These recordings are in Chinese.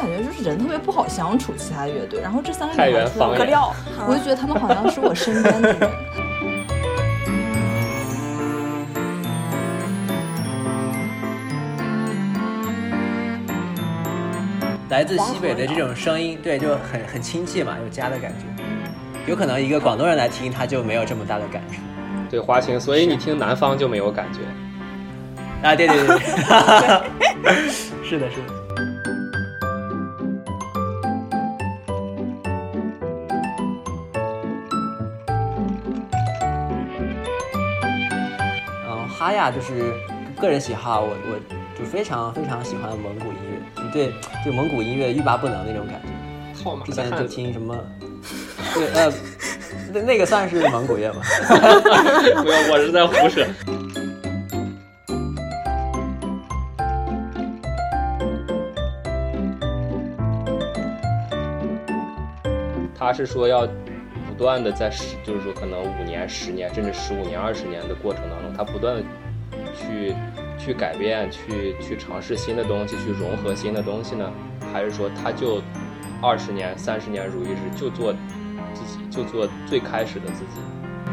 感觉就是人特别不好相处，其他乐队。然后这三个太女孩出来原方言， 我就觉得他们好像是我身边的人。 来自西北的这种声音，对，就很亲切嘛，有家的感觉。有可能一个广东人来听，他就没有这么大的感触。 对，华清，所以你听南方就没有感觉啊？对，是的，是的。哈亚就是个人喜好，我就非常非常喜欢蒙古音乐，就对蒙古音乐欲罢不能那种感觉。 号码之前就听什么，对那个算是蒙古乐吗？ 不要，我是在胡扯。他是说要不断的在就是说可能5年、10年，甚至15年、20年的过程当中，他不断的去改变，去尝试新的东西，去融合新的东西呢？还是说他就20年、30年如一日，就做自己，就做最开始的自己？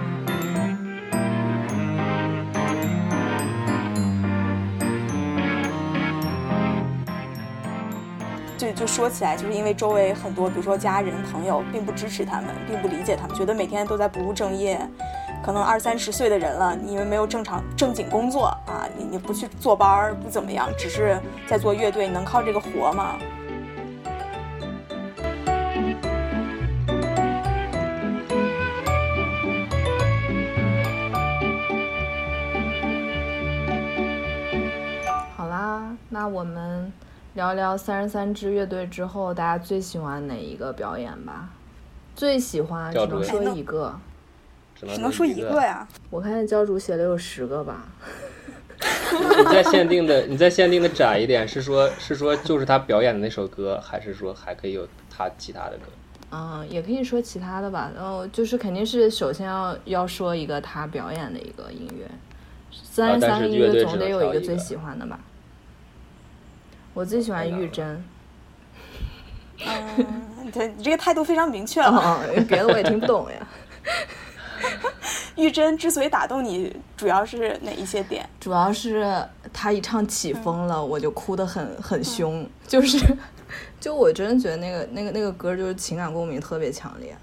就说起来，就是因为周围很多，比如说家人、朋友，并不支持他们，并不理解他们，觉得每天都在不务正业，可能20、30岁的人了，你因为没有正经工作啊，你不去坐班，不怎么样，只是在做乐队，能靠这个活吗？ 好啦，那我们聊聊33支乐队之后，大家最喜欢哪一个表演吧？最喜欢只能说一个， 只能说一个呀。 我看见教主写了有10个吧。 你再限定的窄一点，是说就是他表演的那首歌，还是说还可以有他其他的歌？ 也可以说其他的吧。然后就是肯定是首先要说一个他表演的一个音乐，33个音乐总得有一个最喜欢的吧。我最喜欢玉珍。 对，你这个态度非常明确了。 别的我也听不懂呀。 玉珍之所以打动你，主要是哪一些点？ 主要是他一唱起风了，我就哭得很凶，就我真的觉得那个歌就是情感共鸣特别强烈。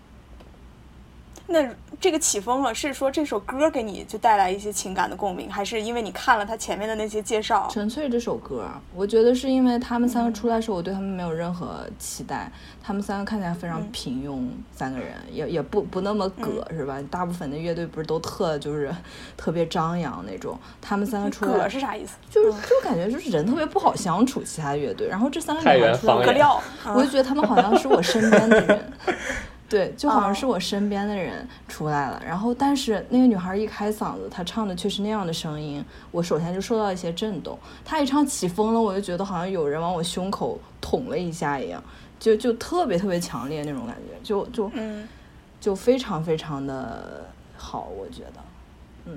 那这个起风了，是说这首歌给你就带来一些情感的共鸣，还是因为你看了他前面的那些介绍？ 纯粹这首歌，我觉得是因为他们3个出来的时候，我对他们没有任何期待。他们3个看起来非常平庸，3个人也不那么葛，是吧？大部分的乐队不是都就是特别张扬那种，他们3个出来葛是啥意思？ 就感觉就是人特别不好相处，其他乐队。然后这3个女孩出来，我就觉得他们好像是我身边的人。对，就好像是我身边的人出来了，然后但是那个女孩一开嗓子，她唱的却是那样的声音，我首先就受到一些震动。她一唱起风了，我就觉得好像有人往我胸口捅了一下一样，就特别特别强烈那种感觉，就非常非常的好，我觉得，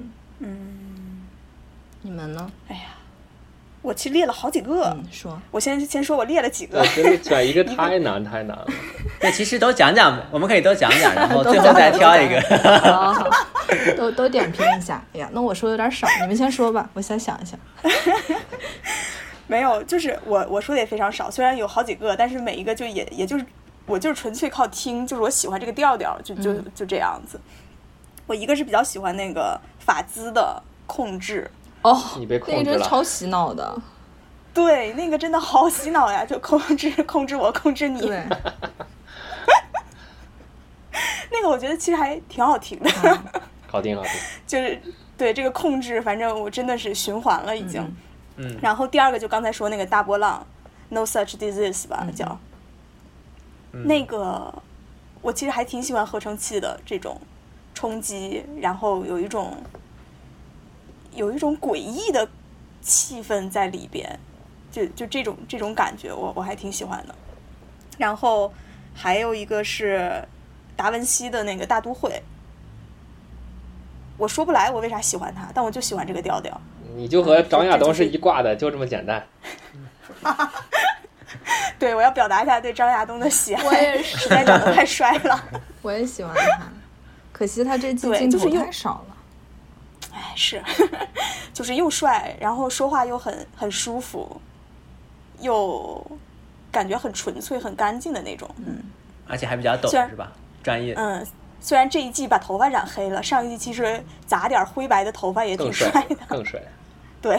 你们呢？ 哎呀。我其实列了好几个， 说， 我先说我列了几个。 真的选一个太难了。 对，其实都讲讲，我们可以都讲讲，然后最后再挑一个。 好，都点评一下。哎呀，那我说有点少，你们先说吧，我先想一想。 没有，就是我说的也非常少，虽然有好几个，但是每一个就也就是我就是纯粹靠听，就是我喜欢这个调调，就这样子。我一个是比较喜欢那个法兹的控制。 你被控制了， 那个真超洗脑的。 对，那个真的好洗脑呀，就控制我，控制你。 对。 那个我觉得其实还挺好听的。 好听。 就是对这个控制，反正我真的是循环了已经。然后第二个就刚才说那个大波浪 ，No Such Disease 吧叫。那个我其实还挺喜欢合成器的这种冲击，然后有一种诡异的气氛在里边，就这种感觉我还挺喜欢的。然后还有一个是达文西的那个大都会，我说不来我为啥喜欢他，但我就喜欢这个调调。 你就和张亚东是一挂的，就这么简单。 对，我要表达一下对张亚东的喜爱。 我也是， 实在长得太帅了。 我也喜欢他，可惜他这季镜头太少了。 哎，是，就是又帅，然后说话又很舒服，又感觉很纯粹、很干净的那种。 而且还比较懂，是吧？专业。 虽然这一季把头发染黑了，上一季其实砸点灰白的头发也挺帅的， 更帅。 对。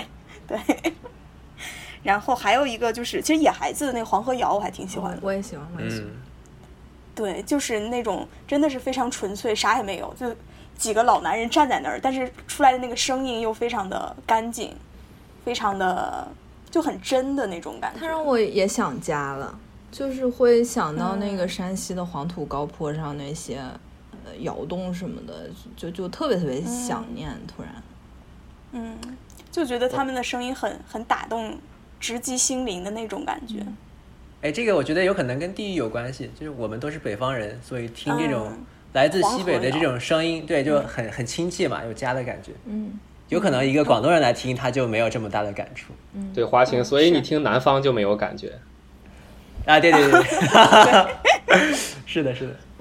然后还有一个就是，其实野孩子的那个黄河瑶我还挺喜欢的。 我也喜欢。 对，就是那种真的是非常纯粹，啥也没有，就几个老男人站在那儿，但是出来的那个声音又非常的干净，非常的就很真的那种感觉。 他让我也想家了，就是会想到那个山西的黄土高坡上那些窑洞什么的，就特别特别想念。突然就觉得他们的声音很打动直击心灵的那种感觉。 这个我觉得有可能跟地域有关系，就是我们都是北方人，所以听这种来自西北的这种声音，对，就很亲切嘛，有家的感觉。有可能一个广东人来听，他就没有这么大的感触。 对，华晴，所以你听南方就没有感觉啊？对，是的，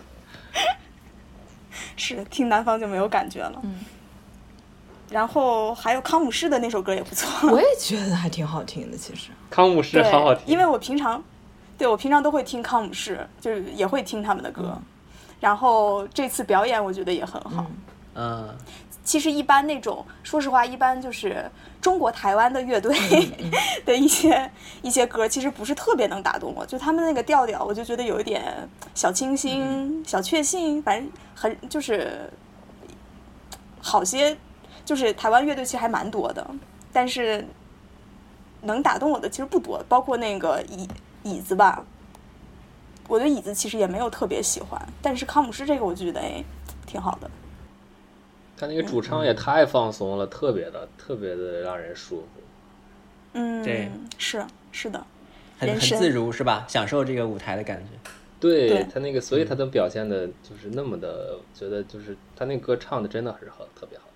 是听南方就没有感觉了。然后还有康姆士的那首歌也不错， 我也觉得还挺好听的。其实康姆士好好听， 因为我平常都会听康姆士，就是也会听他们的歌。然后这次表演我觉得也很好。其实一般那种，说实话，一般就是中国台湾的乐队的一些歌，其实不是特别能打动我。就他们那个调调，我就觉得有一点小清新、小确幸，反正很就是好些。就是台湾乐队其实还蛮多的，但是能打动我的其实不多，包括那个椅子吧，我对椅子其实也没有特别喜欢，但是康姆士这个我觉得挺好的。 他那个主唱也太放松了，特别的让人舒服。 对， 是的， 很自如是吧？享受这个舞台的感觉。 对他那个，所以他的表现的就是那么的，觉得就是他那歌唱的真的是特别好。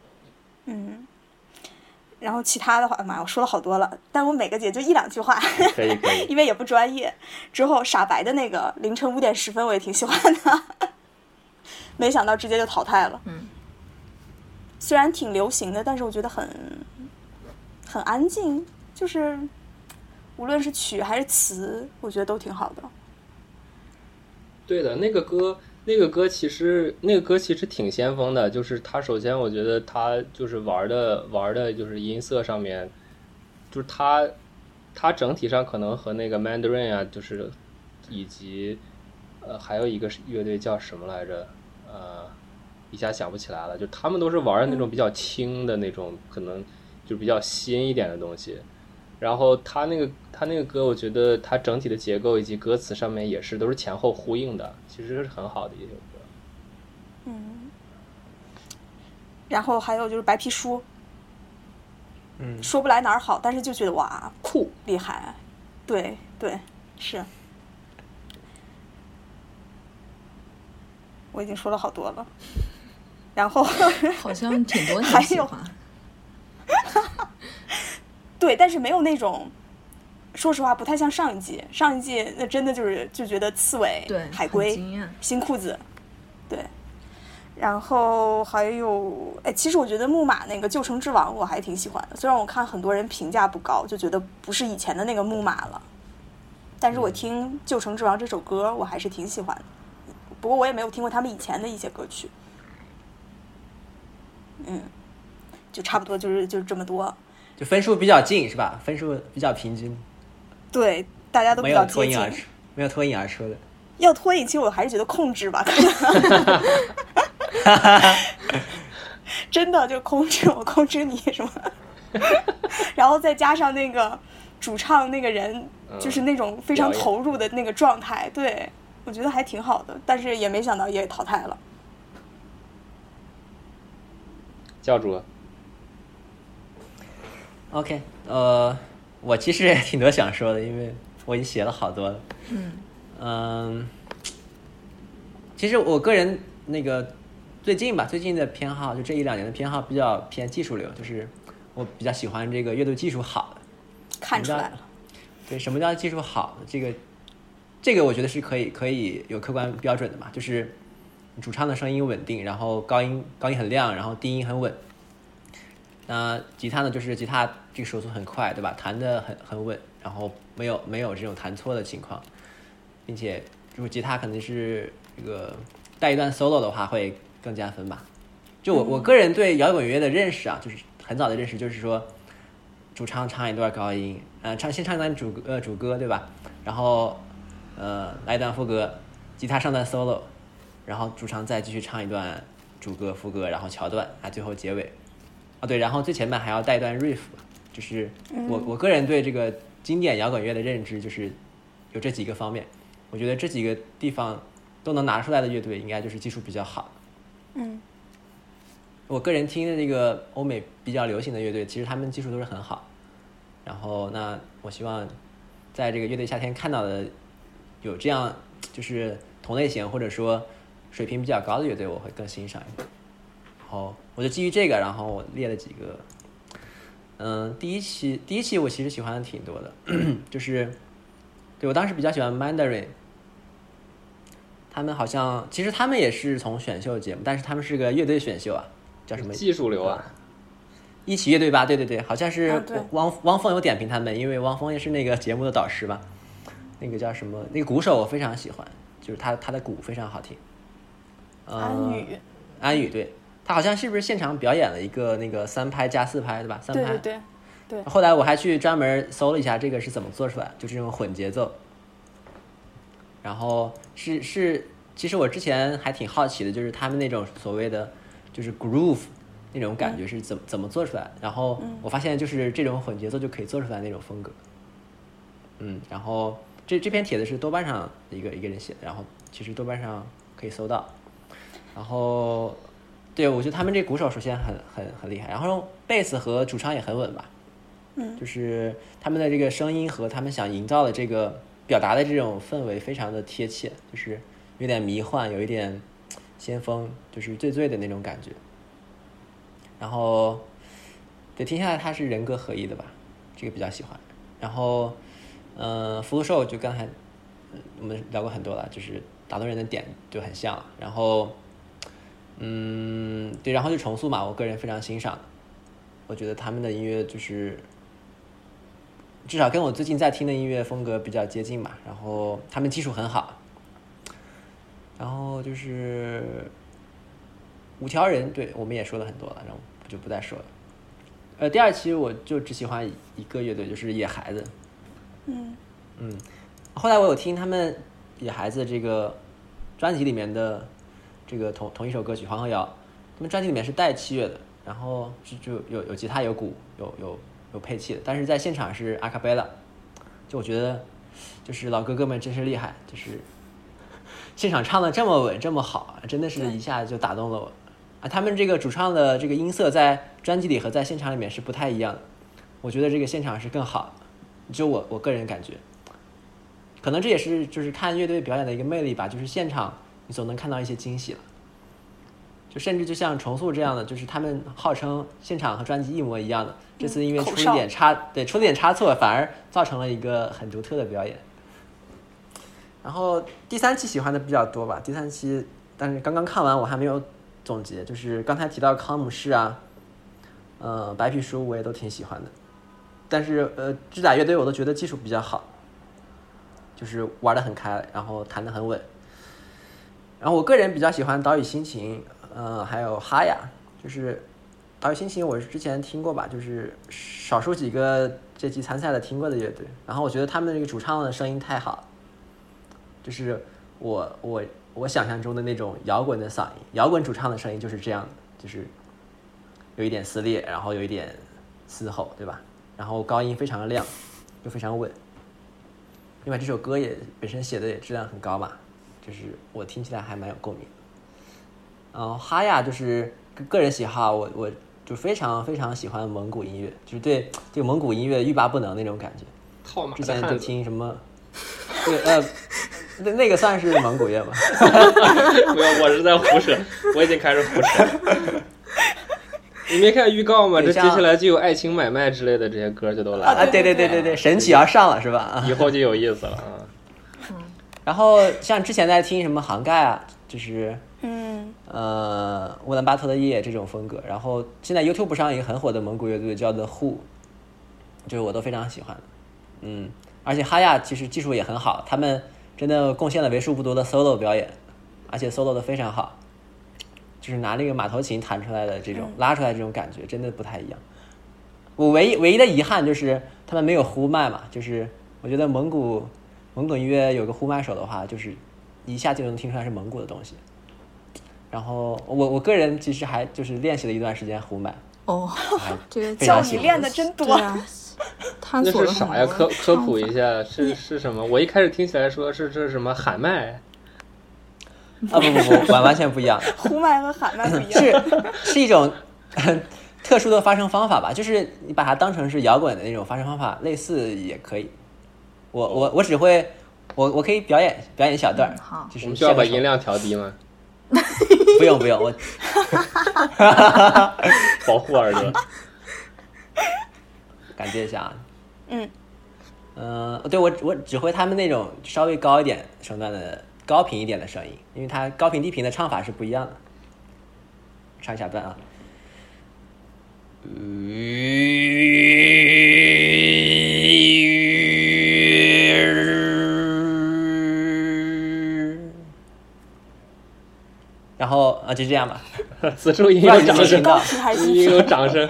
然后其他的话，妈，我说了好多了，但我每个节就1-2句话， 可以， 因为也不专业。之后傻白的那个凌晨5点10分我也挺喜欢的，没想到直接就淘汰了。虽然挺流行的，但是我觉得很安静，就是无论是曲还是词，我觉得都挺好的。 对的，那个歌其实挺先锋的，就是他首先我觉得他就是玩的就是音色上面，就是他整体上可能和那个 Mandarin 啊，就是以及还有一个乐队叫什么来着，一下想不起来了，就他们都是玩的那种比较轻的那种，可能就比较新一点的东西。然后他那个歌，我觉得他整体的结构以及歌词上面也是都是前后呼应的，其实是很好的一首歌。 然后还有就是白皮书，说不来哪儿好，但是就觉得哇酷厉害，对，是。我已经说了好多了，然后好像挺多你喜欢。 对，但是没有那种，说实话不太像上一季那真的就觉得刺猬、海龟、新裤子，对。然后还有其实我觉得木马那个旧城之王我还挺喜欢的，虽然我看很多人评价不高，就觉得不是以前的那个木马了，但是我听旧城之王这首歌我还是挺喜欢的，不过我也没有听过他们以前的一些歌曲。就差不多就是这么多， 就分数比较近是吧？分数比较平均， 对，大家都比较接近， 没有脱颖而出的。 要脱颖，其实我还是觉得控制吧，可能真的就控制我，控制你什么，然后再加上那个主唱那个人，就是那种非常投入的那个状态，对，我觉得还挺好的，但是也没想到也淘汰了。 教主。 OK， 我其实也挺多想说的，因为我已经写了好多了。其实我个人那个最近的偏好，就这1-2年的偏好比较偏技术流，就是我比较喜欢这个乐队技术好的。 看出来了。 对，什么叫技术好？这个我觉得是可以有客观标准的嘛，就是主唱的声音稳定，然后高音很亮，然后低音很稳。那吉他呢，就是吉他这个手速很快，对吧？弹得很稳，然后没有这种弹错的情况，并且就是吉他可能是这个带一段 solo 的话会更加分吧。就我个人对摇滚乐的认识啊，就是很早的认识，就是说主唱唱一段高音，先唱一段主歌，对吧？然后来一段副歌，吉他上段 solo， 然后主唱再继续唱一段主歌副歌，然后桥段，最后结尾。对，然后最前面还要带一段 riff， 就是我个人对这个经典摇滚乐的认知就是有这几个方面，我觉得这几个地方都能拿出来的乐队应该就是技术比较好。我个人听的这个欧美比较流行的乐队，其实他们技术都是很好。然后那我希望在这个乐队夏天看到的有这样就是同类型或者说水平比较高的乐队，我会更欣赏一点。然后我就基于这个，然后我列了几个。第一期我其实喜欢的挺多的，就是对我当时比较喜欢 Mandarin， 他们好像其实他们也是从选秀节目，但是他们是个乐队选秀啊，叫什么技术流啊？ 一起乐队吧，对，好像是汪峰有点评他们，因为汪峰也是那个节目的导师吧。那个叫什么？那个鼓手我非常喜欢，就是他的鼓非常好听。安宇对。他好像是不是现场表演了一个那个3拍加4拍，对吧？3拍。 对。 后来我还去专门搜了一下这个是怎么做出来，就是这种混节奏。然后其实我之前还挺好奇的，就是他们那种所谓的就是 groove 那种感觉是怎么做出来。然后我发现就是这种混节奏就可以做出来那种风格。然后这篇帖子是豆瓣上一个人写的，然后其实豆瓣上可以搜到。然后。对，我觉得他们这鼓手首先很厉害，然后贝斯和主唱也很稳吧，就是他们的这个声音和他们想营造的这个表达的这种氛围非常的贴切，就是有点迷幻，有一点先锋，就是醉的那种感觉。然后对，听下来他是人歌合一的吧，这个比较喜欢。然后福禄寿就刚才我们聊过很多了，就是打动人的点就很像，然后对，然后就重塑嘛，我个人非常欣赏，我觉得他们的音乐就是至少跟我最近在听的音乐风格比较接近嘛，然后他们技术很好。然后就是五条人，对，我们也说了很多了，然后我就不再说了。第二期我就只喜欢一个乐队，就是野孩子。后来我有听他们野孩子这个专辑里面的这个同一首歌曲《黄河谣》，他们专辑里面是带器乐的，然后就有吉他有鼓有配器的，但是在现场是阿卡贝拉。就我觉得就是老哥哥们真是厉害，就是现场唱的这么稳这么好，真的是一下就打动了我啊！他们这个主唱的这个音色在专辑里和在现场里面是不太一样的，我觉得这个现场是更好的，就我个人感觉，可能这也是就是看乐队表演的一个魅力吧，就是现场你总能看到一些惊喜了，就甚至就像重塑这样的，就是他们号称现场和专辑一模一样的，这次因为出了点差错，反而造成了一个很独特的表演。然后第三期喜欢的比较多吧，第三期但是刚刚看完我还没有总结，就是刚才提到康姆士啊，白皮书我也都挺喜欢的，但是智打乐队我都觉得技术比较好，就是玩得很开，然后弹得很稳。然后我个人比较喜欢岛屿心情，还有哈雅，就是岛屿心情我是之前听过吧，就是少数几个这季参赛的听过的乐队，然后我觉得他们这个主唱的声音太好了，就是我想象中的那种摇滚的嗓音，摇滚主唱的声音就是这样的，就是有一点撕裂，然后有一点嘶吼，对吧？然后高音非常亮，又非常稳。另外这首歌也本身写的也质量很高嘛，就是我听起来还蛮有共鸣。哈亚就是个人喜好，我就非常非常喜欢蒙古音乐，就是对这个蒙古音乐欲罢不能那种感觉。之前就听什么，对，那个算是蒙古乐吗？ 没有，我是在胡扯，我已经开始胡扯。 你没看预告吗？这接下来就有爱情买卖之类的这些歌就都来了。 对，神曲要上了是吧？ 以后就有意思了啊。 然后像之前在听什么杭盖啊，就是乌兰巴托的夜这种风格。然后现在 YouTube 上一个很火的蒙古乐队叫 The Who， 就是我都非常喜欢的。而且哈亚其实技术也很好，他们真的贡献了为数不多的 solo 表演，而且 solo 的非常好，就是拿那个马头琴弹出来的这种拉出来这种感觉真的不太一样。我唯一的遗憾就是他们没有呼麦嘛，就是我觉得蒙古音乐有个呼麦手的话，就是一下就能听出来是蒙古的东西。然后我个人其实还就是练习了一段时间呼麦。 这个教你练的真多。 探索那是啥呀？科普一下，是什么？我一开始听起来说是什么喊麦。 不，完全不一样。 呼麦和喊麦不一样， 是一种特殊的发声方法吧，就是你把它当成是摇滚的那种发声方法，类似也可以。我只会我可以表演一小段。 好， 就是我们需要把音量调低吗？ 不用，我保护耳朵。 感觉一下对，我只会他们那种稍微高一点声段的高频一点的声音，因为它高频低频的唱法是不一样的。唱一小段啊。然后就这样吧。 此处应有掌声，应有掌声。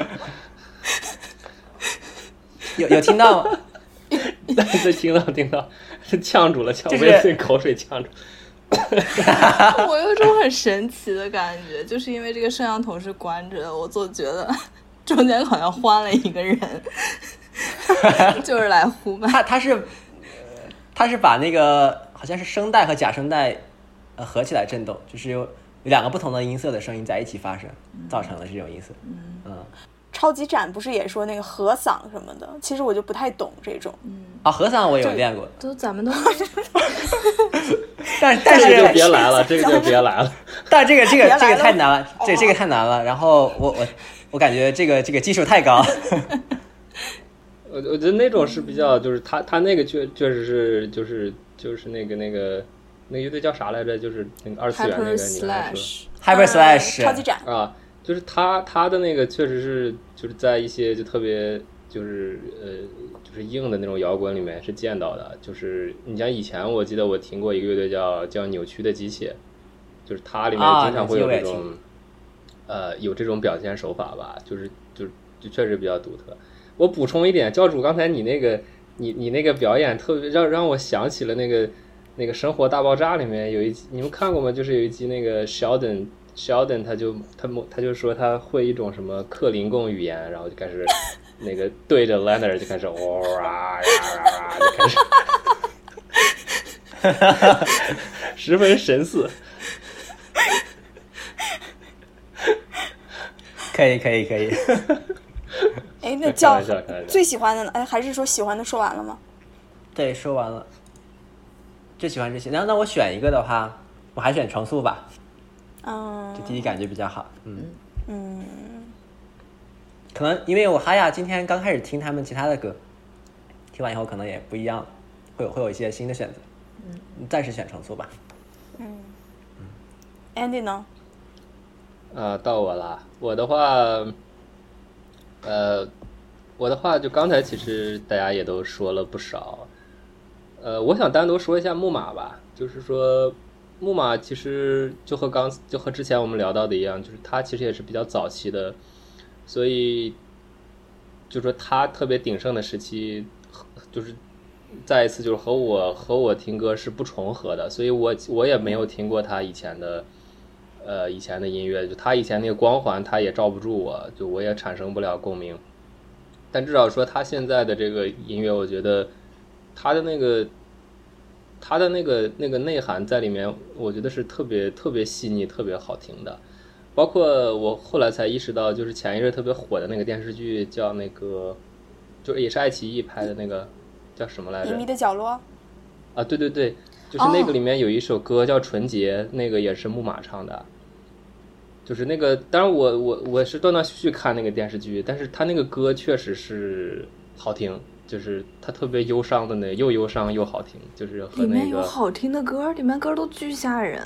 有听到吗？ 对，听到，呛住了，我也被口水呛住。 我有种很神奇的感觉，就是因为这个摄像头是关着的，我总觉得中间好像换了一个人，就是来呼麦。 他是把那个好像是声带和假声带合起来震动，就是有两个不同的音色的声音在一起发生，造成了这种音色。 超级展不是也说那个和嗓什么的，其实我就不太懂这种。 和嗓我也有练过， 咱们都但是这个就别来了，这个就别来了。 但这个太难了，这个太难了。然后我感觉这个技术太高。 我觉得那种是比较，就是他那个确实是就是那个乐队叫啥来着？就是那个二次元那个你刚才说 Hyper Slash 超级展啊，就是他的那个确实是就是在一些就特别就是硬的那种摇滚里面是见到的。就是你像以前我记得我听过一个乐队叫扭曲的机械，就是它里面经常会有这种有这种表现手法吧，就确实比较独特。我补充一点，教主刚才你那个你那个表演特别让我想起了那个生活大爆炸里面有一集，你们看过吗？就是有一集那个 Sheldon 他就说他会一种什么克林贡语言，然后就开始那个对着 Leonard 就开始哇就开始十分神似。 可以。 那叫最喜欢的呢？还是说喜欢的说完了吗？ 对，说完了。最喜欢这些，然后那我选一个的话，我还选重塑吧。就第一感觉比较好。可能因为我哈雅今天刚开始听他们其他的歌，听完以后可能也不一样了，会有一些新的选择。暂时选重塑吧。 Andy 呢？ 到我了。我的话就刚才其实大家也都说了不少。我想单独说一下木马吧，就是说木马其实就和之前我们聊到的一样，就是它其实也是比较早期的，所以就说它特别鼎盛的时期，就是再一次就是和我听歌是不重合的，所以我也没有听过他以前的音乐，就他以前那个光环他也罩不住我，就我也产生不了共鸣。但至少说他现在的这个音乐，我觉得他的那个内涵在里面，我觉得是特别细腻特别好听的。包括我后来才意识到，就是前一阵特别火的那个电视剧叫那个，就也是爱奇艺拍的那个叫什么来着？ 隐秘的角落啊，对，就是那个里面有一首歌叫《纯洁》，那个也是木马唱的。 就是那个，当然我是断断续续看那个电视剧，但是他那个歌确实是好听，就是他特别忧伤的那又忧伤又好听，就是和那个里面有好听的歌，里面歌都巨吓人。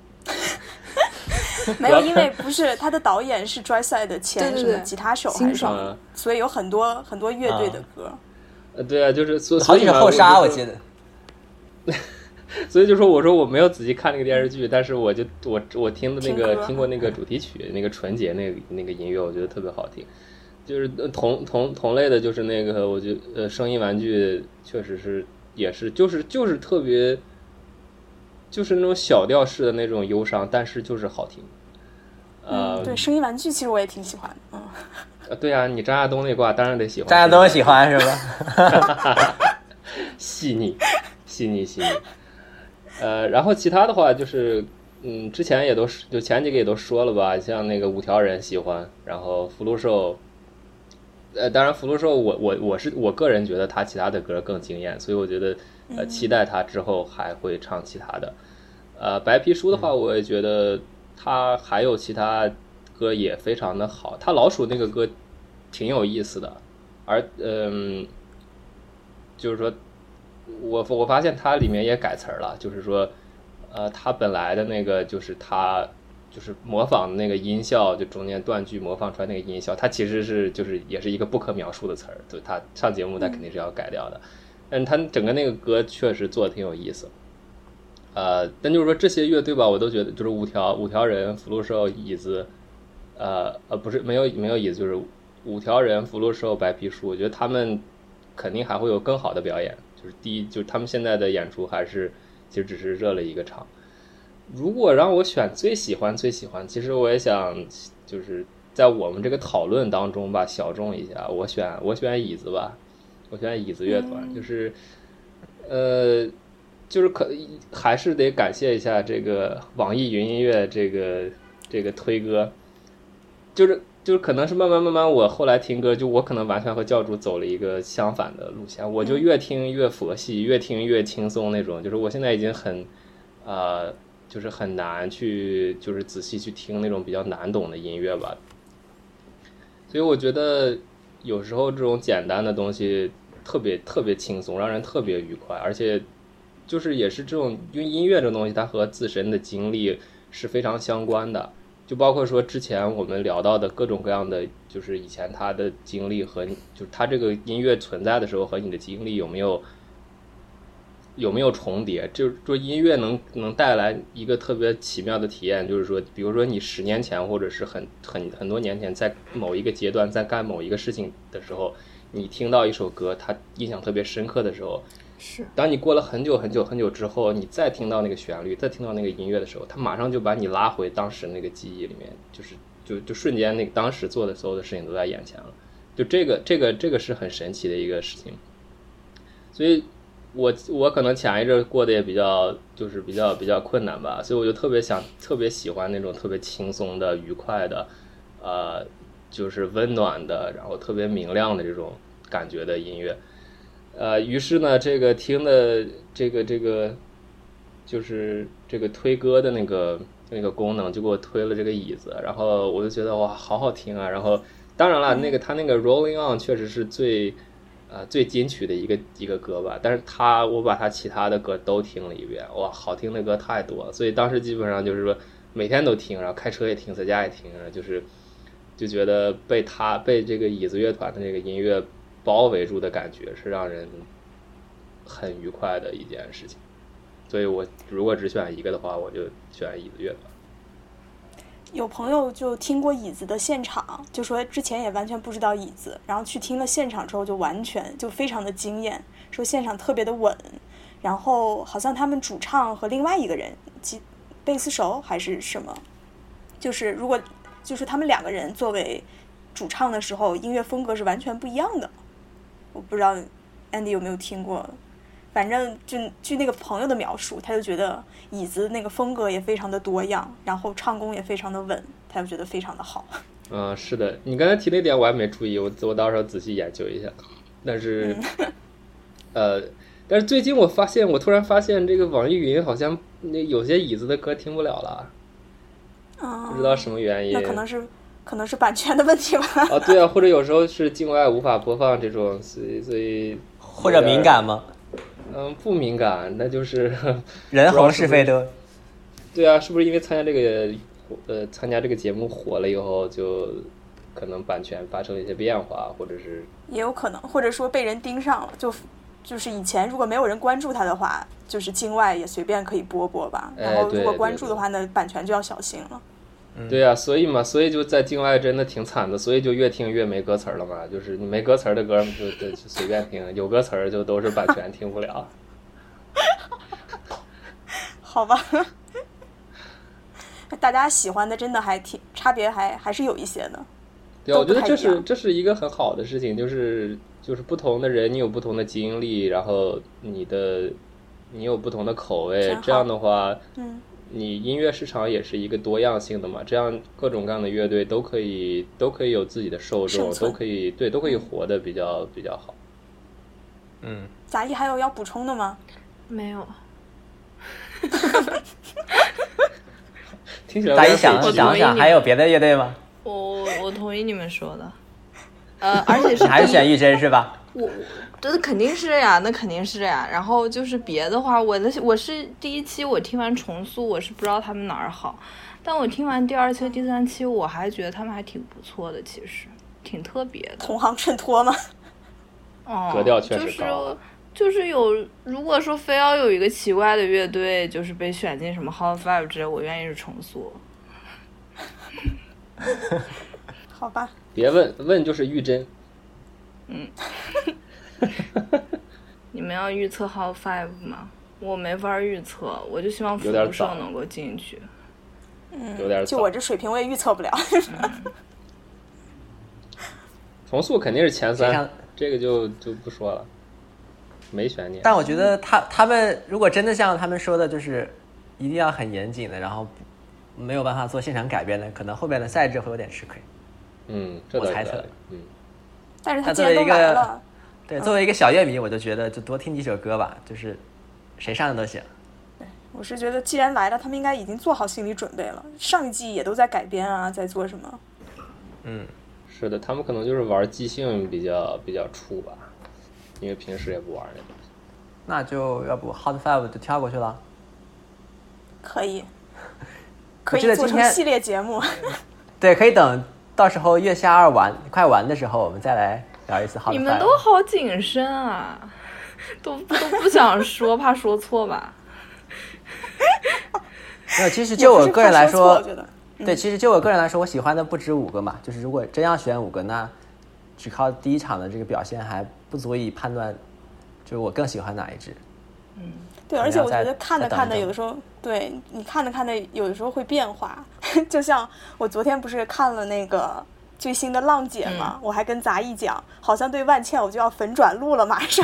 没有，因为不是他的导演是 Dryside 的前什么吉他手还是什么，所以有很多乐队的歌。 对啊，就是好几个后沙，我记得。 所以就说我说我没有仔细看那个电视剧，但是我听的那个听过那个主题曲，那个纯洁那个音乐，我觉得特别好听。就是同类的，就是那个我觉得声音玩具确实是也是就是特别就是那种小调式的那种忧伤，但是就是好听。 对，声音玩具其实我也挺喜欢的。 对啊，你张亚东那挂当然得喜欢。 张亚东喜欢是吧？ 细腻。然后其他的话就是之前也都是就前几个也都说了吧，像那个五条人喜欢，然后福禄寿，当然福禄寿我个人觉得他其他的歌更惊艳，所以我觉得期待他之后还会唱其他的。白皮书的话，我也觉得他还有其他歌也非常的好，他老鼠那个歌挺有意思的，而就是说我发现它里面也改词儿了，就是说它本来的那个就是它就是模仿的那个音效，就中间断句模仿出来那个音效，它其实是就是也是一个不可描述的词儿，就它上节目它肯定是要改掉的。但它整个那个歌确实做的挺有意思。但就是说这些乐队吧，我都觉得就是五条人、福禄寿、椅子，不是没有椅子，就是五条人、福禄寿、白皮书，我觉得他们肯定还会有更好的表演。就是第一，就是他们现在的演出还是其实只是热了一个场。如果让我选最喜欢，其实我也想就是在我们这个讨论当中吧，小众一下，我选椅子吧，我选椅子乐团，就是就是还是得感谢一下这个网易云音乐这个推歌，就是可能是慢慢我后来听歌，就我可能完全和教主走了一个相反的路线，我就越听越佛系，越听越轻松那种，就是我现在已经很就是很难去就是仔细去听那种比较难懂的音乐吧。所以我觉得有时候这种简单的东西特别轻松，让人特别愉快，而且就是也是这种因为音乐这种东西它和自身的经历是非常相关的，就包括说之前我们聊到的各种各样的就是以前他的经历和就是他这个音乐存在的时候和你的经历有没有重叠，就是说音乐能带来一个特别奇妙的体验，就是说比如说你10年前或者是很多年前在某一个阶段在干某一个事情的时候，你听到一首歌它印象特别深刻的时候， 是当你过了很久之后，你再听到那个旋律，再听到那个音乐的时候，它马上就把你拉回当时那个记忆里面，就瞬间那个当时做的所有的事情都在眼前了，就这个是很神奇的一个事情。所以我可能前一阵过得也比较困难吧，所以我就特别喜欢那种特别轻松的愉快的就是温暖的然后特别明亮的这种感觉的音乐。于是呢这个听的这个就是这个推歌的那个功能就给我推了这个椅子，然后我就觉得哇好好听啊。然后当然了他那个 Rolling On 确实是最金曲的一个歌吧，但是我把他其他的歌都听了一遍，哇好听的歌太多了，所以当时基本上就是说每天都听，然后开车也听，在家也听，就觉得被这个椅子乐团的这个音乐包围住的感觉是让人很愉快的一件事情。所以我如果只选一个的话，我就选椅子乐团。 有朋友就听过椅子的现场，就说之前也完全不知道椅子，然后去听了现场之后就完全就非常的惊艳，说现场特别的稳，然后好像他们主唱和另外一个人贝斯手还是什么，就是如果就是他们2个人作为主唱的时候音乐风格是完全不一样的。我不知道 Andy 有没有听过，反正据那个朋友的描述，他就觉得椅子那个风格也非常的多样，然后唱功也非常的稳，他就觉得非常的好。 是的，你刚才提那点我还没注意，我到时候仔细研究一下。但是但是最近我突然发现这个网易云好像那有些椅子的歌听不了了。 不知道什么原因。 那可能是版权的问题吧。 对啊，或者有时候是境外无法播放这种，所以或者敏感吗？ 不敏感，那就是人红是非多。 对啊，是不是因为参加这个节目火了以后，就可能版权发生了一些变化，或者是也有可能，或者说被人盯上了，就是以前如果没有人关注他的话，就是境外也随便可以播吧。然后如果关注的话，那版权就要小心了。 对啊，所以就在境外真的挺惨的，所以就越听越没歌词了嘛。就是你没歌词的歌就随便听，有歌词就都是版权听不了。 好吧。大家喜欢的真的还挺差别还是有一些的。 对啊，我觉得这是一个很好的事情，就是不同的人你有不同的经历，然后你有不同的口味，这样的话，你音乐市场也是一个多样性的嘛，这样各种各样的乐队都可以有自己的受众，都可以活得比较好。 杂艺还有要补充的吗？ 没有。 听起来杂艺想还有别的乐队吗？ 我同意你们说的。而且是还是选玉珍是吧？ 这肯定是呀，那肯定是呀。然后就是别的话，我是第一期我听完重塑，我是不知道他们哪儿好，但我听完第2期、第3期，我还觉得他们还挺不错的，其实挺特别的。 同行衬托吗？ 格调确实高。 就是如果说非要有一个奇怪的乐队，就是被选进什么 Hot 5之类，我愿意是重塑。 好吧。 别问就是玉珍。 你们要预测 Hot 5吗？我没法预测，我就希望辐射能够进去。 有点就我这水平我也预测不了。 重塑肯定是前3，这个就不说了，没悬念。 但我觉得他们如果真的像他们说的，就是一定要很严谨的，然后没有办法做现场改编的，可能后边的赛制会有点吃亏。 这我猜测。 但是他既然都来了， 对，作为一个小乐迷，我就觉得就多听几首歌吧，就是谁上的都行。 对，我是觉得既然来了，他们应该已经做好心理准备了。上一季也都在改编啊，在做什么？ 是的，他们可能就是玩即兴比较怵吧，因为平时也不玩那东西。 那就要不 Hot 5就跳过去了？ 可以做成系列节目。 对，可以等到时候月下2快完的时候，我们再来聊一次 Hot 5。 你们都好谨慎啊，都不想说，怕说错吧？ 没有，其实就我个人来说，对，其实就我个人来说，我喜欢的不止5个嘛。就是如果真要选5个，那只靠第一场的这个表现还不足以判断，就是我更喜欢哪一支。 对，而且我觉得看着有的时候，对你看着有的时候会变化。就像我昨天不是看了那个最新的浪姐嘛，我还跟杂艺讲，好像对万茜我就要粉转路了，马上。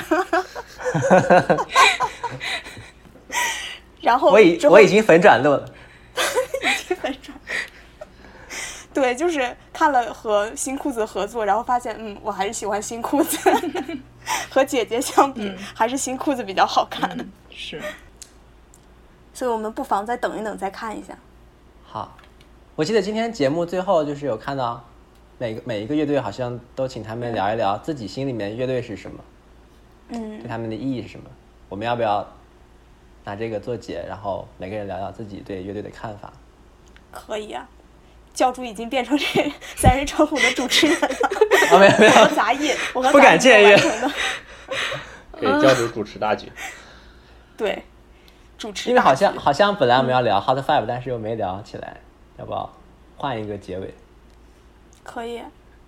然后我已经粉转路了。 已经粉转。对，就是看了和新裤子合作，然后发现我还是喜欢新裤子。和姐姐相比，还是新裤子比较好看。 是。 所以我们不妨再等一等，再看一下。 好，我记得今天节目最后就是有看到每一个乐队好像都请他们聊一聊自己心里面乐队是什么，对他们的意义是什么。我们要不要拿这个做结，然后每个人聊聊自己对乐队的看法？ 可以啊。教主已经变成这3人成虎的主持人了。 没有， 我和杂艺， 不敢僭越。 给教主主持大局。 对，主持。 因为好像本来我们要聊 Hot 5，但是又没聊起来，要不要换一个结尾？ 可以。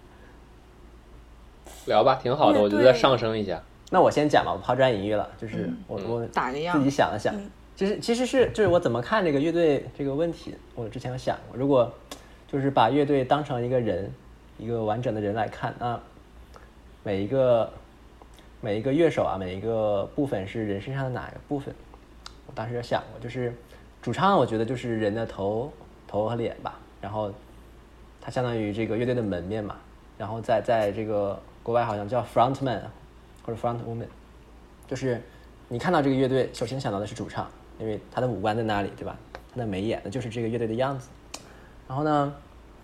聊吧，挺好的，我就再上升一下。 那我先讲吧，我抛砖引玉了，就是我打个样， 自己想了想，其实是就是我怎么看这个乐队这个问题，我之前有想过，如果就是把乐队当成一个人，一个完整的人来看，那每一个乐手啊，每一个部分是人身上的哪个部分？我当时有想过，就是主唱，我觉得就是人的头和脸吧，然后它相当于这个乐队的门面嘛，然后在这个国外好像叫 frontman 或者 front woman， 就是你看到这个乐队，首先想到的是主唱，因为他的五官在那里，对吧？他的眉眼，那就是这个乐队的样子。 然后呢，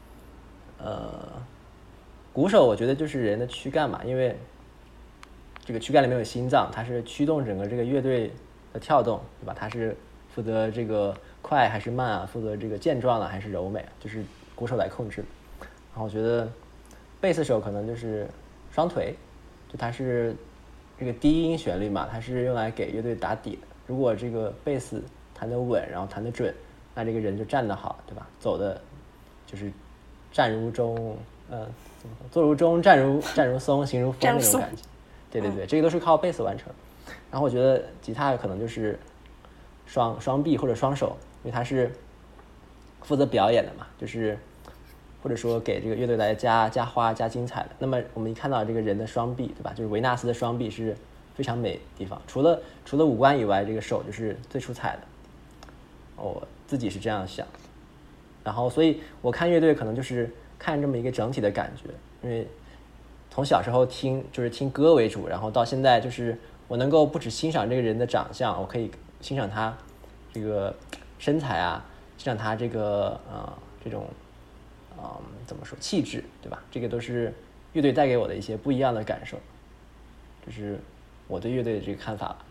鼓手我觉得就是人的躯干嘛，因为这个躯干里面有心脏，它是驱动整个这个乐队的跳动，对吧？它是负责这个快还是慢啊，负责这个健壮了还是柔美，就是鼓手来控制。然后我觉得贝斯手可能就是双腿，就它是这个低音旋律嘛，它是用来给乐队打底的。如果这个贝斯弹得稳，然后弹得准，那这个人就站得好，对吧？走的就是站如钟，坐如钟，站如松，行如风那种感觉。对对对，这个都是靠贝斯完成。然后我觉得吉他可能就是双臂或者双手，因为它是负责表演的嘛，就是或者说给这个乐队来加花加精彩的。那么我们一看到这个人的双臂，对吧？就是维纳斯的双臂是非常美的地方，除了五官以外，这个手就是最出彩的。我自己是这样想，然后所以我看乐队可能就是看这么一个整体的感觉，因为从小时候就是听歌为主，然后到现在就是我能够不只欣赏这个人的长相，我可以欣赏他这个身材啊，欣赏他这个这种怎么说气质，对吧？这个都是乐队带给我的一些不一样的感受，这是我对乐队的这个看法吧。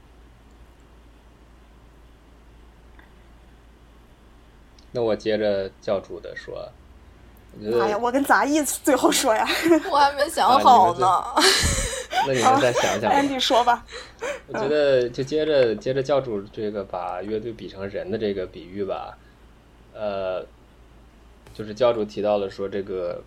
那我接着教主的说， 哎呀，我跟杂艺最后说呀， 我还没想好呢。 那你们再想想。 Andy 说吧。 我觉得就接着教主这个把乐队比成人的这个比喻吧，就是教主提到了说这个，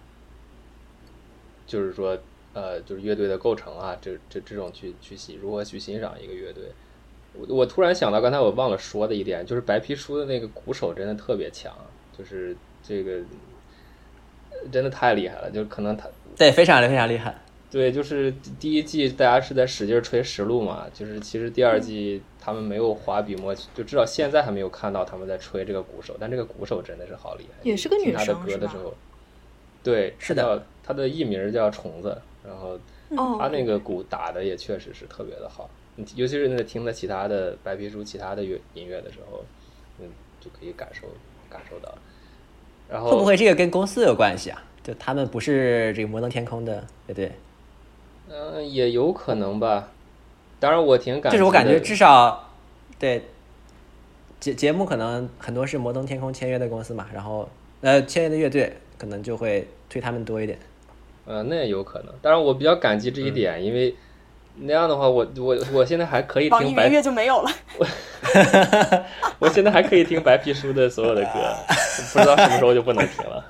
就是说就是乐队的构成啊，这种去如何去欣赏一个乐队。我突然想到刚才我忘了说的一点，就是白皮书的那个鼓手真的特别强，就是这个真的太厉害了，就可能他对非常厉害。 对，就是第一季大家是在使劲吹实录嘛，就是其实第二季他们没有滑笔墨，就至少现在还没有看到他们在吹这个鼓手，但这个鼓手真的是好厉害， 也是个女生听他的歌的时候，对， 是的， 他的艺名叫虫子，然后他那个鼓打的也确实是特别的好，尤其是那个听了其他的白皮书其他的音乐的时候，就可以感受到。然后会不会这个跟公司有关系啊？就他们不是这个摩登天空的乐队？ 也有可能吧。当然我挺感激的， 就是我感觉至少对节目可能很多是摩登天空签约的公司嘛，然后签约的乐队可能就会推他们多一点。 那也有可能。当然我比较感激这一点，因为那样的话我现在还可以听网易云乐就没有了。 我现在还可以听白皮书的所有的歌，不知道什么时候就不能听了。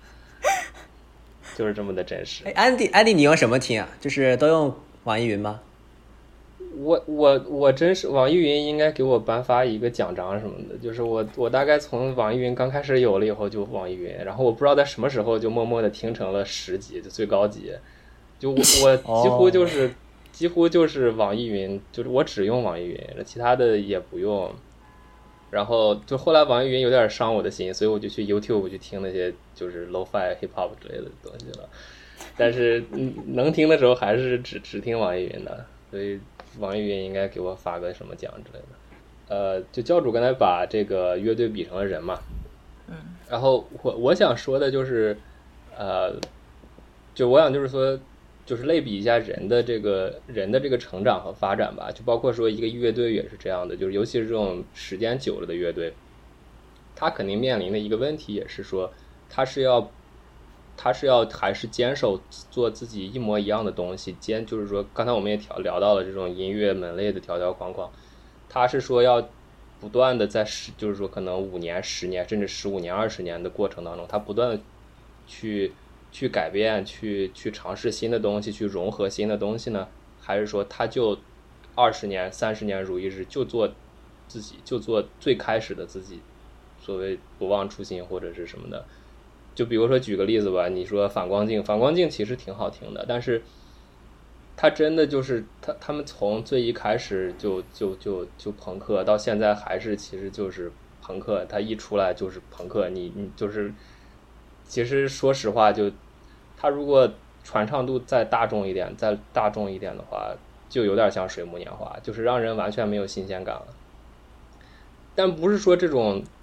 就是这么的真实。 安迪，你用什么听啊？就是都用网易云吗？ 我真是网易云应该给我颁发一个奖章什么的，就是我大概从网易云刚开始有了以后就网易云，然后我不知道在什么时候就默默的听成了10级，就最高级，就我几乎就是网易云，就是我只用网易云，其他的也不用。然后就后来网易云有点伤我的心，所以我就去 YouTube 去听那些就是 lo-fi hip hop 之类的东西了。但是能听的时候还是只听网易云的，所以网易云应该给我发个什么奖之类的。就教主刚才把这个乐队比成了人嘛，然后我想说的就是，就我想就是说，就是类比一下人的这个成长和发展吧，就包括说一个乐队也是这样的，就是尤其是这种时间久了的乐队，他肯定面临的一个问题也是说，他是要还是坚守做自己一模一样的东西，就是说刚才我们也聊到了这种音乐门类的条条框框，他是说要不断的在就是说可能5年、10年甚至15年、20年的过程当中，他不断的去改变，去尝试新的东西，去融合新的东西呢？还是说他就20年、30年如一日，就做自己，就做最开始的自己，所谓不忘初心或者是什么的？就比如说举个例子吧，你说反光镜其实挺好听的，但是他真的就是他们从最一开始就朋克到现在还是其实就是朋克，他一出来就是朋克，你就是其实说实话，就他如果传唱度再大众一点的话，就有点像水木年华，就是让人完全没有新鲜感了。但不是说这种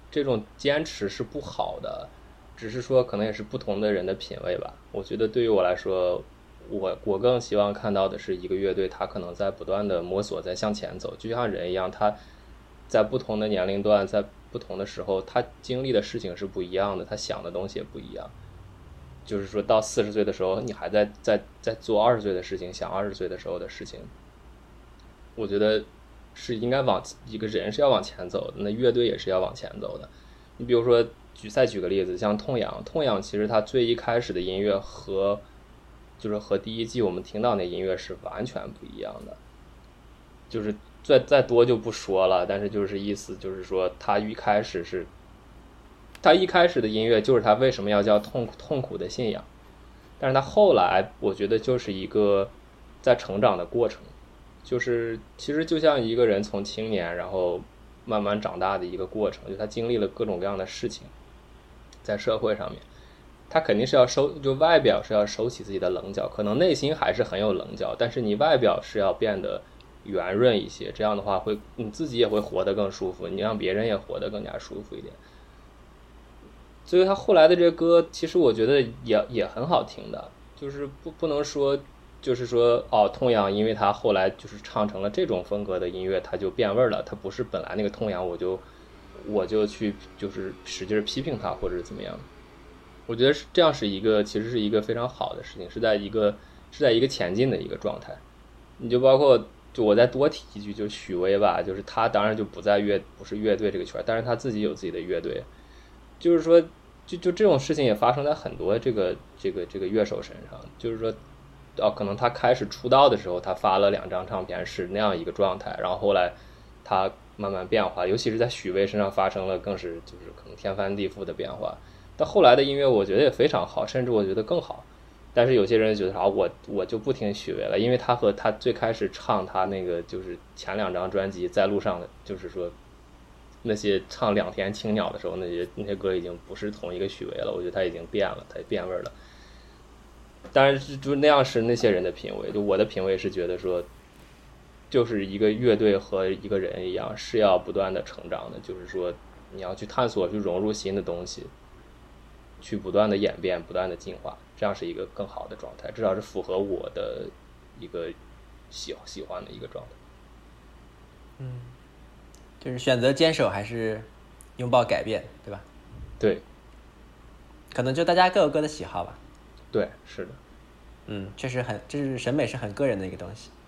这种坚持是不好的，只是说可能也是不同的人的品味吧。我觉得对于我来说，我更希望看到的是一个乐队，它可能在不断的摸索，在向前走，就像人一样，他在不同的年龄段，在不同的时候，他经历的事情是不一样的，他想的东西也不一样。就是说到40岁的时候，你还在做20岁的事情，想20岁的时候的事情，我觉得是应该一个人是要往前走的，那乐队也是要往前走的。你比如说再举个例子，像痛仰其实它最一开始的音乐和第一季我们听到那音乐是完全不一样的，就是再多就不说了，但是就是意思就是说他一开始的音乐就是他为什么要叫痛苦的信仰，但是他后来我觉得就是一个在成长的过程，就是其实就像一个人从青年然后慢慢长大的一个过程，就他经历了各种各样的事情，在社会上面他肯定是要就外表是要收起自己的棱角，可能内心还是很有棱角，但是你外表是要变得圆润一些，这样的话你自己也会活得更舒服，你让别人也活得更加舒服一点。所以他后来的这个歌其实我觉得也很好听的，就是不能说就是说痛仰因为他后来就是唱成了这种风格的音乐他就变味了，他不是本来那个痛仰我就去就是使劲批评他或者怎么样。我觉得这样其实是一个非常好的事情，是在一个前进的一个状态。你就包括就我再多提一句，就许巍吧，就是他当然就不是乐队这个圈，但是他自己有自己的乐队，就是说就这种事情也发生在很多这个乐手身上，就是说可能他开始出道的时候他发了2张唱片是那样一个状态，然后后来他慢慢变化，尤其是在许巍身上发生了更是就是可能天翻地覆的变化。但后来的音乐我觉得也非常好，甚至我觉得更好。但是有些人觉得我就不听许巍了，因为他和他最开始唱他那个就是前2张专辑在路上的，就是说那些唱2天青鸟的时候那些歌已经不是同一个许巍了，我觉得他已经变了，他也变味了。当然就那样是那些人的品味，就我的品味是觉得说就是一个乐队和一个人一样是要不断的成长的，就是说你要去探索，去融入新的东西，去不断的演变，不断的进化，这样是一个更好的状态，至少是符合我的一个喜欢的一个状态。 就是选择坚守还是拥抱改变，对吧？ 对， 可能就大家各有各的喜好吧。 对，是的。 确实这是审美是很个人的一个东西。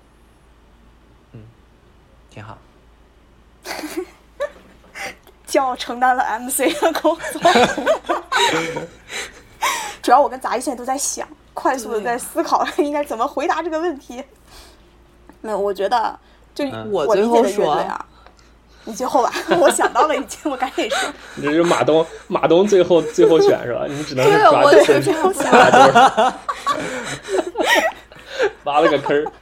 挺好。 叫承担了 MC 的工作。主要我跟杂艺现在都在想，快速的在思考应该怎么回答这个问题。没有，我觉得就我理解的乐队啊，你最后吧，我想到了已经，我赶紧说。 你这是马东最后选是吧？你只能是抓我最后想挖了个坑。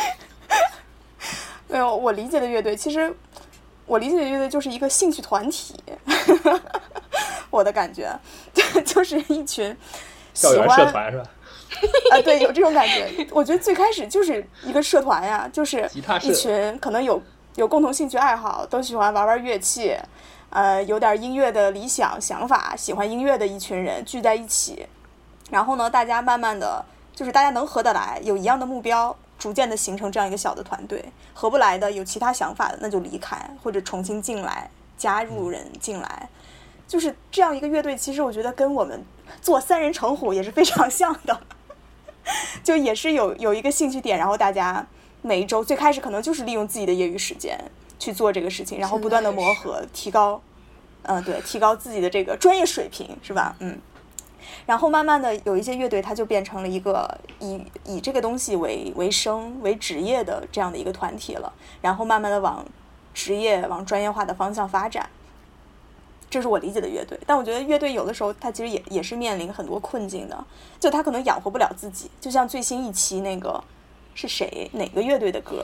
没有，我理解的乐队，其实我理解的乐队就是一个兴趣团体。我的感觉就是一群校园社团是吧？ 对，有这种感觉。我觉得最开始就是一个社团呀，就是一群可能有共同兴趣爱好，都喜欢玩乐器，有点音乐的理想想法，喜欢音乐的一群人聚在一起。然后呢，大家慢慢的就是大家能合得来，有一样的目标，逐渐的形成这样一个小的团队。合不来的，有其他想法的，那就离开或者重新进来，加入人进来。就是这样一个乐队，其实我觉得跟我们做3人成虎也是非常像的。就也是有一个兴趣点，然后大家每一周最开始可能就是利用自己的业余时间去做这个事情，然后不断的磨合，提高自己的这个专业水平，是吧？然后慢慢的有一些乐队，它就变成了一个以这个东西为生为职业的这样的一个团体了，然后慢慢的往职业往专业化的方向发展。这是我理解的乐队，但我觉得乐队有的时候它其实也是面临很多困境的，就它可能养活不了自己。就像最新一期那个是哪个乐队的歌，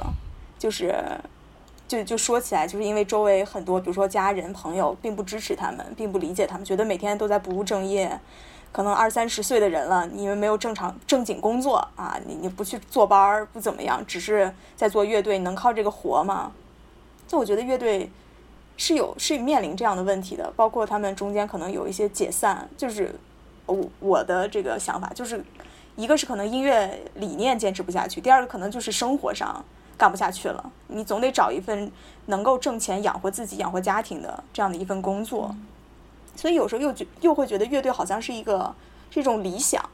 就说起来，就是因为周围很多比如说家人朋友并不支持他们，并不理解他们，觉得每天都在不务正业，可能20-30岁的人了，你们没有正经工作啊，你不去坐班不怎么样，只是在做乐队，能靠这个活吗？就我觉得乐队是面临这样的问题的，包括他们中间可能有一些解散，就是我的这个想法就是一个是可能音乐理念坚持不下去，第二个可能就是生活上干不下去了，你总得找一份能够挣钱养活自己养活家庭的这样的一份工作，所以有时候又会觉得乐队好像是一种理想，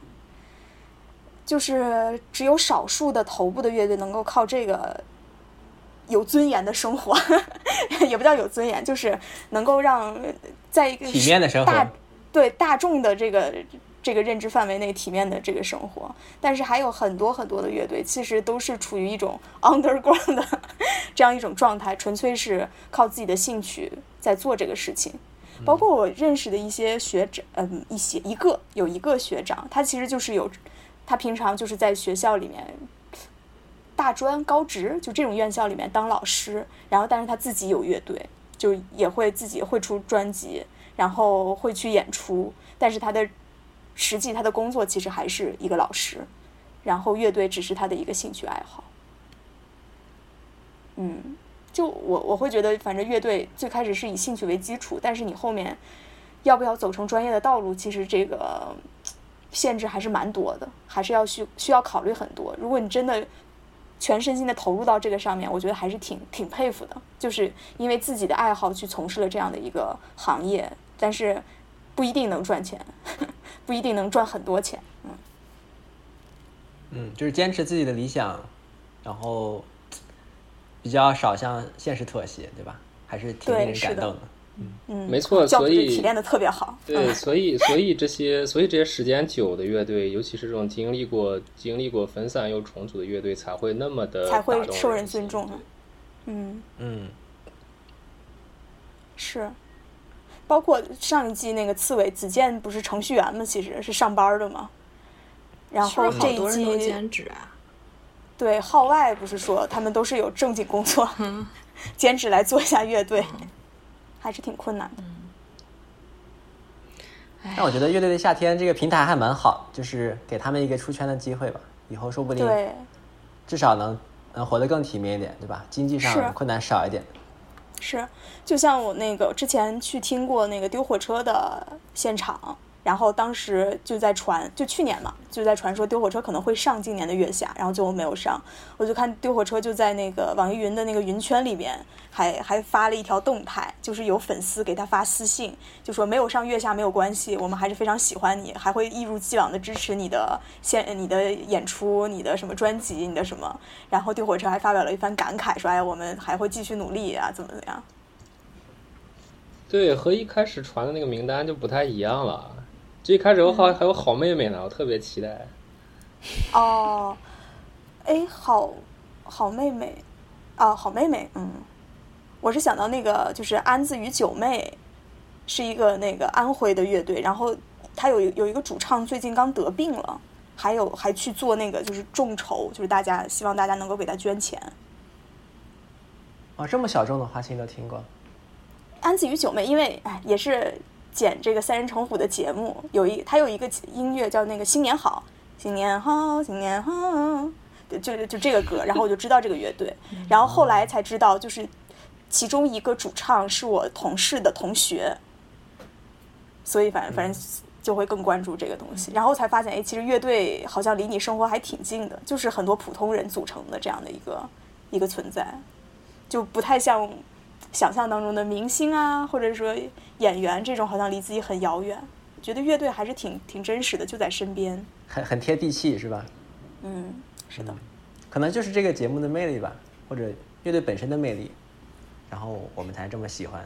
就是只有少数的头部的乐队能够靠这个有尊严的生活也不叫有尊严，就是能够让在一个体面的生活， 对大众的这个认知范围内体面的这个生活。但是还有很多很多的乐队其实都是处于一种 underground 的这样一种状态，纯粹是靠自己的兴趣在做这个事情。包括我认识的一些学长，有一个学长，他其实就是他平常就是在学校里面大专高职就这种院校里面当老师，然后但是他自己有乐队，就也会自己会出专辑，然后会去演出，但是实际他的工作其实还是一个老师，然后乐队只是他的一个兴趣爱好。就我会觉得反正乐队最开始是以兴趣为基础，但是你后面要不要走成专业的道路，其实这个限制还是蛮多的，还是需要考虑很多。如果你真的全身心的投入到这个上面，我觉得还是挺佩服的，就是因为自己的爱好去从事了这样的一个行业，但是不一定能赚钱不一定能赚很多钱。 就是坚持自己的理想，然后比较少向现实妥协，对吧？还是挺令人感动的。 没错，所以提炼的特别好。 对，所以这些时间久的乐队，尤其是这种经历过分散又重组的乐队，才会那么的才会受人尊重。是。包括上一季那个刺猬子健不是程序员吗？其实是上班的嘛。然后这一季好多人都兼职啊。 对，号外不是说他们都是有正经工作，兼职来做一下乐队，还是挺困难的。 但我觉得乐队的夏天这个平台还蛮好，就是给他们一个出圈的机会吧，以后说不定至少能活得更体面一点，对吧？经济上困难少一点。 是，就像我之前去听过那个丢火车的现场，然后当时就在传，就去年嘛，就在传说丢火车可能会上今年的月下，然后最后没有上。我就看丢火车就在那个网易云的那个云圈里面还发了一条动态，就是有粉丝给他发私信，就说没有上月下没有关系，我们还是非常喜欢你，还会一如既往的支持你的演出，你的什么专辑，你的什么。然后丢火车还发表了一番感慨，说哎，我们还会继续努力啊，怎么样。 对，和一开始传的那个名单就不太一样了。最开始还有好妹妹呢，我特别期待。好妹妹，好妹妹，我是想到那个就是安子与九妹，是一个那个安徽的乐队，然后他有一个主唱最近刚得病了，还去做那个就是众筹，就是希望大家能够给他捐钱。 这么小众的花心都听过。 安子与九妹，因为也是剪这个三人成虎的节目，他有一个音乐叫那个新年好，新年好，新年好，就这个歌，然后我就知道这个乐队，然后后来才知道，就是其中一个主唱是我同事的同学，所以反正就会更关注这个东西，然后才发现，其实乐队好像离你生活还挺近的，就是很多普通人组成的这样的一个存在，就不太像想象当中的明星啊，或者说演员这种好像离自己很遥远。觉得乐队还是挺真实的，就在身边， 很贴地气，是吧？ 是的， 可能就是这个节目的魅力吧，或者乐队本身的魅力，然后我们才这么喜欢。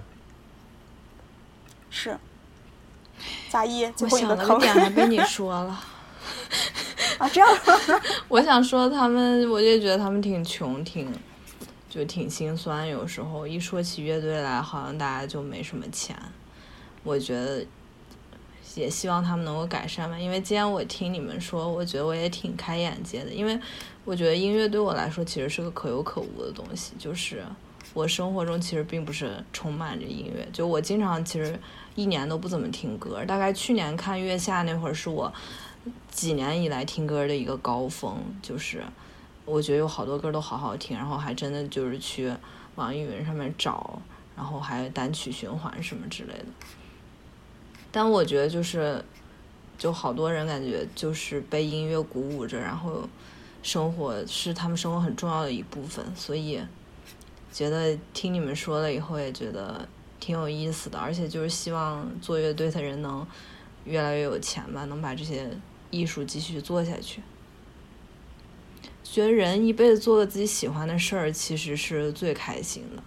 是。加一， 我想了个点还被你说了。 这样。 我想说他们，我就觉得他们挺穷，就挺心酸。有时候一说起乐队来，好像大家就没什么钱。我觉得也希望他们能够改善吧。因为今天我听你们说，我觉得我也挺开眼界的。因为我觉得音乐对我来说其实是个可有可无的东西，就是我生活中其实并不是充满着音乐。就我经常其实一年都不怎么听歌，大概去年看月下那会儿是我几年以来听歌的一个高峰，就是我觉得有好多歌都好好听，然后还真的就是去网易云上面找， 然后还单曲循环什么之类的。但我觉得就好多人感觉就是被音乐鼓舞着，然后生活是他们生活很重要的一部分，所以觉得听你们说了以后也觉得挺有意思的，而且就是希望做乐队的人能越来越有钱吧，能把这些艺术继续做下去。觉得人一辈子做个自己喜欢的事儿，其实是最开心的。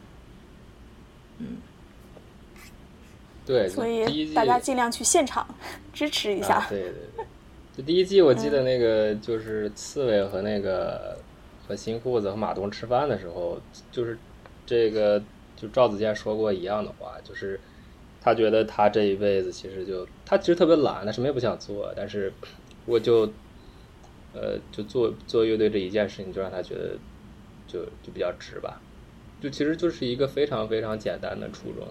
对， 所以大家尽量去现场支持一下。 对，就第一季我记得那个就是刺猬和那个和新裤子和马东吃饭的时候，就是这个就赵子健说过一样的话，就是他觉得他这一辈子其实他其实特别懒，他什么也不想做，但是我就做乐队这一件事情，就让他觉得就比较值吧，就其实就是一个非常非常简单的初衷。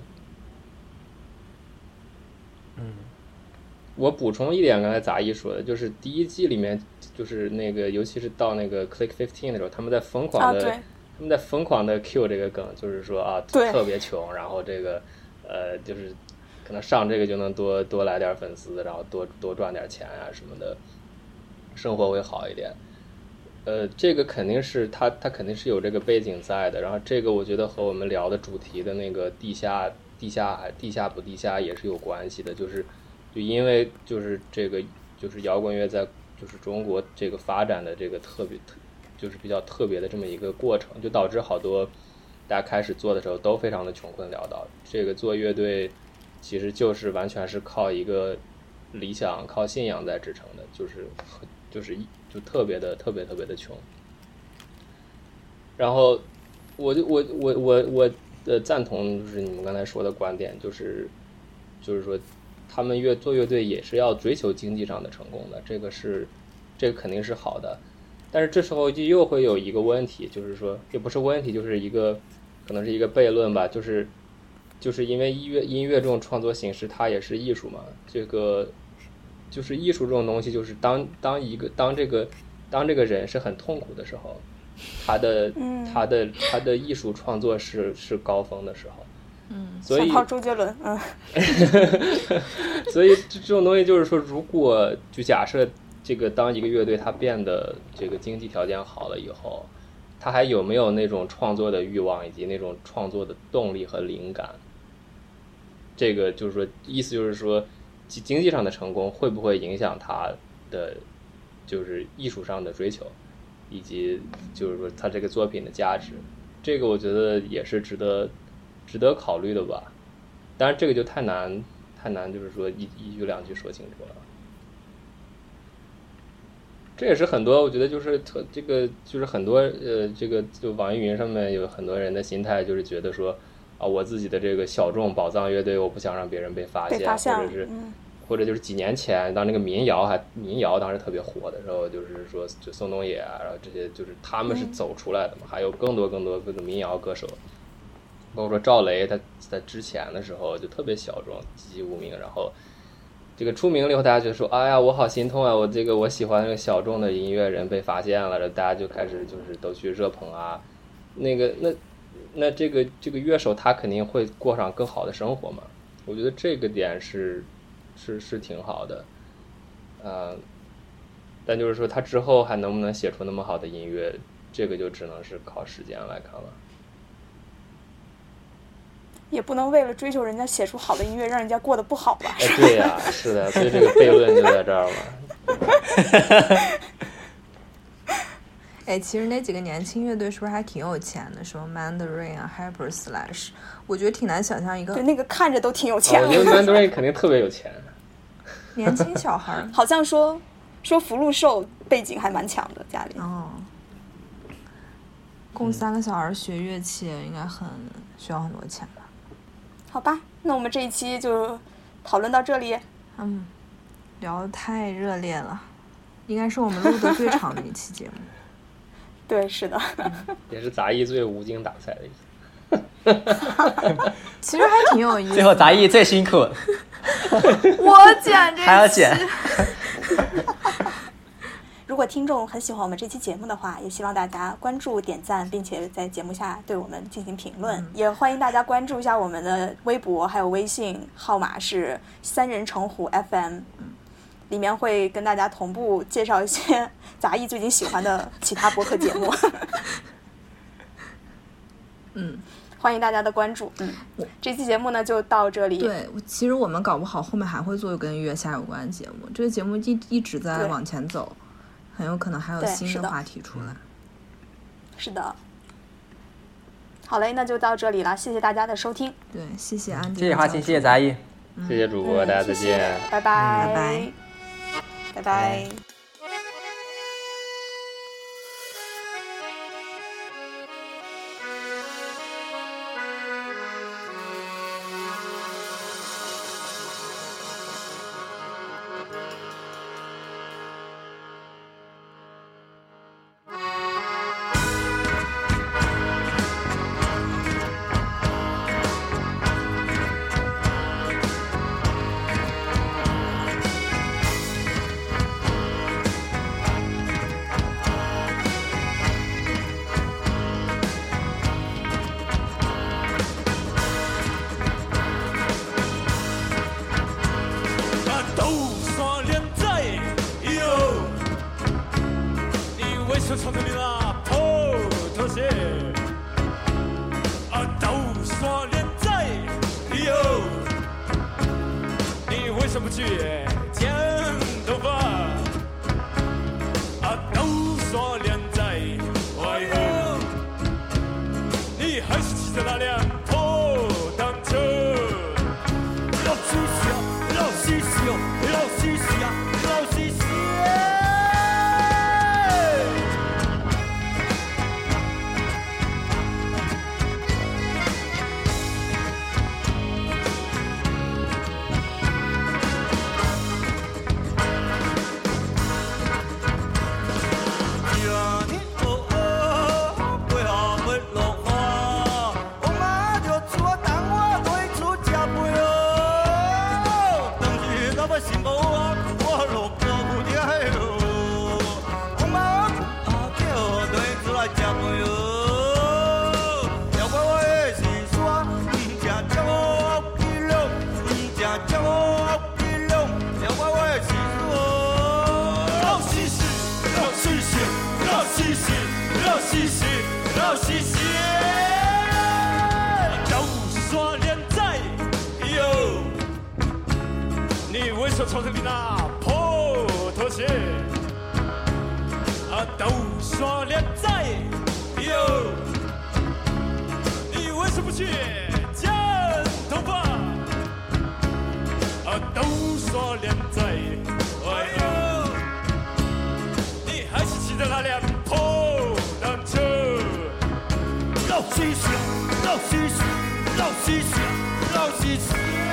我补充一点，刚才杂艺说的，就是第一季里面，就是那个，尤其是到那个 Click 15的时候，他们在疯狂的 Q 这个梗，就是说啊，特别穷，然后这个就是可能上这个就能多来点粉丝，然后多赚点钱啊什么的，生活会好一点。这个肯定是他肯定是有这个背景在的，然后这个我觉得和我们聊的主题的那个地下不地下也是有关系的，就因为就是这个就是摇滚乐在就是中国这个发展的这个就是比较特别的这么一个过程，就导致好多大家开始做的时候都非常的穷困潦倒。这个做乐队其实就是完全是靠一个理想、靠信仰在支撑的，就特别的穷。然后我赞同就是你们刚才说的观点，就是说他们做乐队也是要追求经济上的成功的，这个肯定是好的。但是这时候就又会有一个问题，就是说也不是问题，就是可能是一个悖论吧，就是因为音乐这种创作形式它也是艺术嘛，这个就是艺术这种东西，就是当这个人是很痛苦的时候，他的艺术创作是高峰的时候，所以想靠周杰伦， 所以这种东西就是说，如果就假设这个当一个乐队它变得这个经济条件好了以后，他还有没有那种创作的欲望以及那种创作的动力和灵感？这个就是说，意思就是说，经济上的成功会不会影响他的就是艺术上的追求，以及就是说他这个作品的价值？这个我觉得也是值得考虑的吧。当然，这个就太难，就是说一句两句说清楚了。这也是很多，我觉得就是这个就是很多这个就网易云上面有很多人的心态，就是觉得说啊，我自己的这个小众宝藏乐队，我不想让别人被发现，或者就是几年前当那个民谣当时特别火的时候，就是说就宋冬野啊，然后这些就是他们是走出来的嘛，还有更多各种民谣歌手，包括说赵雷，他在之前的时候就特别小众，籍籍无名，然后这个出名了以后，大家就说哎呀，我好心痛啊，我喜欢那个小众的音乐人被发现了，然后大家就开始就是都去热捧啊，那这个乐手他肯定会过上更好的生活嘛，我觉得这个点是挺好的，但就是说他之后还能不能写出那么好的音乐，这个就只能是靠时间来看了。 也不能为了追求人家写出好的音乐，让人家过得不好吧？ 对呀，是的，所以这个悖论就在这儿了。 哎，其实那几个年轻乐队是不是还挺有钱的？什么 Mandarin 啊 Hyper Slash， 我觉得挺难想象一个。 对，那个看着都挺有钱的。 我觉得 Mandarin 肯定特别有钱。 年轻小孩好像说福禄寿背景还蛮强的，家里。 哦。供3个小孩学乐器应该需要很多钱吧？ 好吧，那我们这一期就讨论到这里。 聊得太热烈了，应该是我们录的最长的一期节目。 对，是的。 也是杂艺最无精打采的一次。 其实还挺有意思的。 最后杂艺最辛苦。 我剪这还要剪。 如果听众很喜欢我们这期节目的话，也希望大家关注、点赞，并且在节目下对我们进行评论。也欢迎大家关注一下我们的微博还有微信，号码是3人成虎 FM，里面会跟大家同步介绍一些杂艺最近喜欢的其他播客节目。欢迎大家的关注。这期节目呢就到这里。 对，其实我们搞不好后面还会做跟月下有关的节目，这个节目一直在往前走，很有可能还有新的话题出来。 是的。好嘞，那就到这里了，谢谢大家的收听。 对，谢谢安迪， 谢谢花青，谢谢杂艺， 谢谢主播，大家再见， 拜拜，拜拜。 穿着你那破拖鞋，都说连在哟，你为什么不去剪头发？都说连在，哎呦，你还是骑着那辆破单车，老西西，老西西，老西西，老西西。